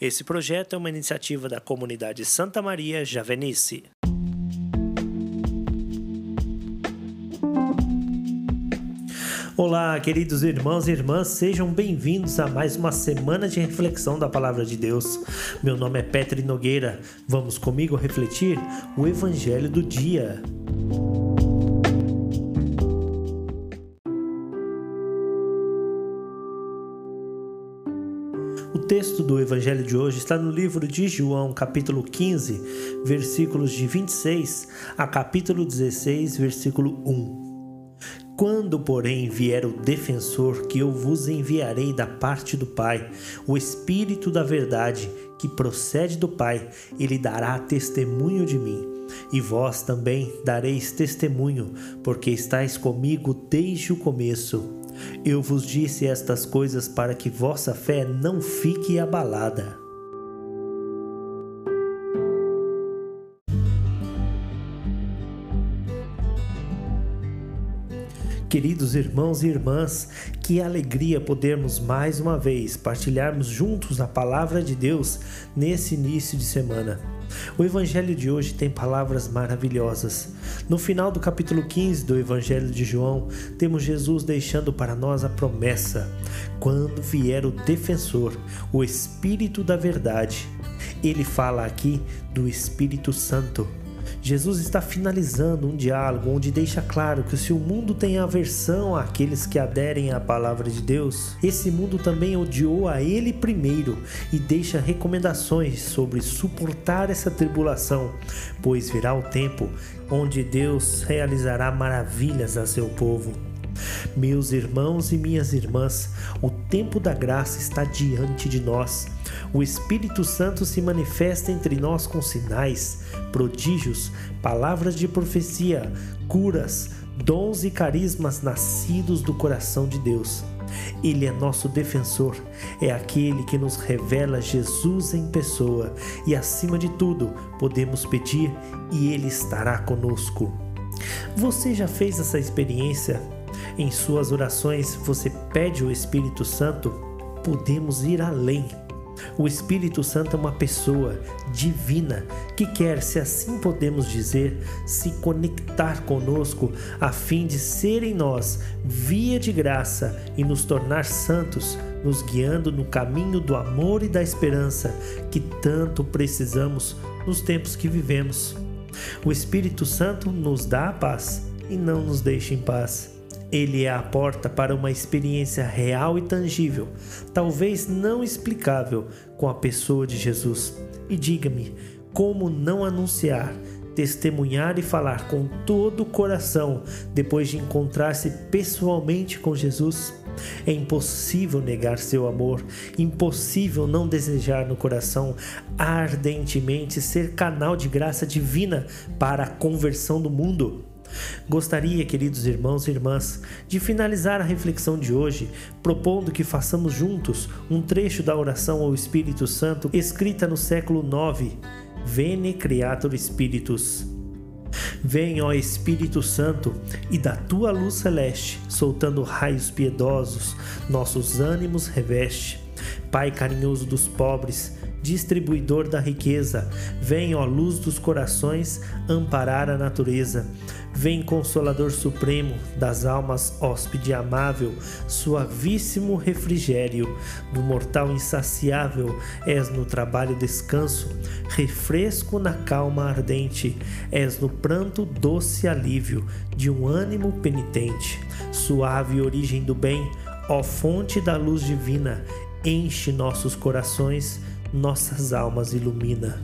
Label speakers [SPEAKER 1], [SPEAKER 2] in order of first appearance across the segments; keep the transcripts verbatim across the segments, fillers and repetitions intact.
[SPEAKER 1] Esse projeto é uma iniciativa da comunidade Santa Maria Javenice. Olá, queridos irmãos e irmãs, sejam bem-vindos a mais uma semana de reflexão da Palavra de Deus. Meu nome é Petri Nogueira. Vamos comigo refletir o Evangelho do dia. O texto do Evangelho de hoje está no livro de João, capítulo quinze, versículos de vinte e seis a capítulo dezesseis, versículo um. Quando, porém, vier o defensor que eu vos enviarei da parte do Pai, o Espírito da verdade, que procede do Pai, ele dará testemunho de mim. E vós também dareis testemunho, porque estáis comigo desde o começo. Eu vos disse estas coisas para que vossa fé não fique abalada. Queridos irmãos e irmãs, que alegria podermos mais uma vez partilharmos juntos a Palavra de Deus nesse início de semana. O Evangelho de hoje tem palavras maravilhosas. No final do capítulo quinze do Evangelho de João, temos Jesus deixando para nós a promessa: quando vier o defensor, o Espírito da verdade. Ele fala aqui do Espírito Santo. Jesus está finalizando um diálogo onde deixa claro que se o mundo tem aversão àqueles que aderem à palavra de Deus, esse mundo também odiou a ele primeiro e deixa recomendações sobre suportar essa tribulação, pois virá o tempo onde Deus realizará maravilhas a seu povo. Meus irmãos e minhas irmãs, o tempo da graça está diante de nós. O Espírito Santo se manifesta entre nós com sinais, prodígios, palavras de profecia, curas, dons e carismas nascidos do coração de Deus. Ele é nosso defensor, é aquele que nos revela Jesus em pessoa e, acima de tudo, podemos pedir e Ele estará conosco. Você já fez essa experiência? Em suas orações, você pede o Espírito Santo? Podemos ir além. O Espírito Santo é uma pessoa divina que quer, se assim podemos dizer, se conectar conosco a fim de ser em nós via de graça e nos tornar santos, nos guiando no caminho do amor e da esperança que tanto precisamos nos tempos que vivemos. O Espírito Santo nos dá a paz e não nos deixa em paz. Ele é a porta para uma experiência real e tangível, talvez não explicável, com a pessoa de Jesus. E diga-me, como não anunciar, testemunhar e falar com todo o coração depois de encontrar-se pessoalmente com Jesus? É impossível negar seu amor, impossível não desejar no coração ardentemente ser canal de graça divina para a conversão do mundo. Gostaria, queridos irmãos e irmãs, de finalizar a reflexão de hoje propondo que façamos juntos um trecho da oração ao Espírito Santo escrita no século nove, Veni Creator Spiritus. Vem, ó Espírito Santo, e da tua luz celeste, soltando raios piedosos, nossos ânimos reveste. Pai carinhoso dos pobres, distribuidor da riqueza, vem, ó luz dos corações, amparar a natureza. Vem, Consolador Supremo, das almas hóspede amável, suavíssimo refrigério, do mortal insaciável, és no trabalho descanso, refresco na calma ardente, és no pranto doce alívio, de um ânimo penitente, suave origem do bem, ó fonte da luz divina, enche nossos corações, nossas almas ilumina.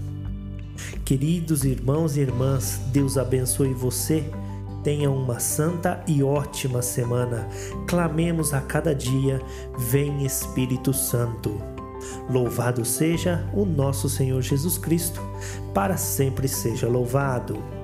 [SPEAKER 1] Queridos irmãos e irmãs, Deus abençoe você. Tenha uma santa e ótima semana. Clamemos a cada dia: vem Espírito Santo. Louvado seja o nosso Senhor Jesus Cristo, para sempre seja louvado.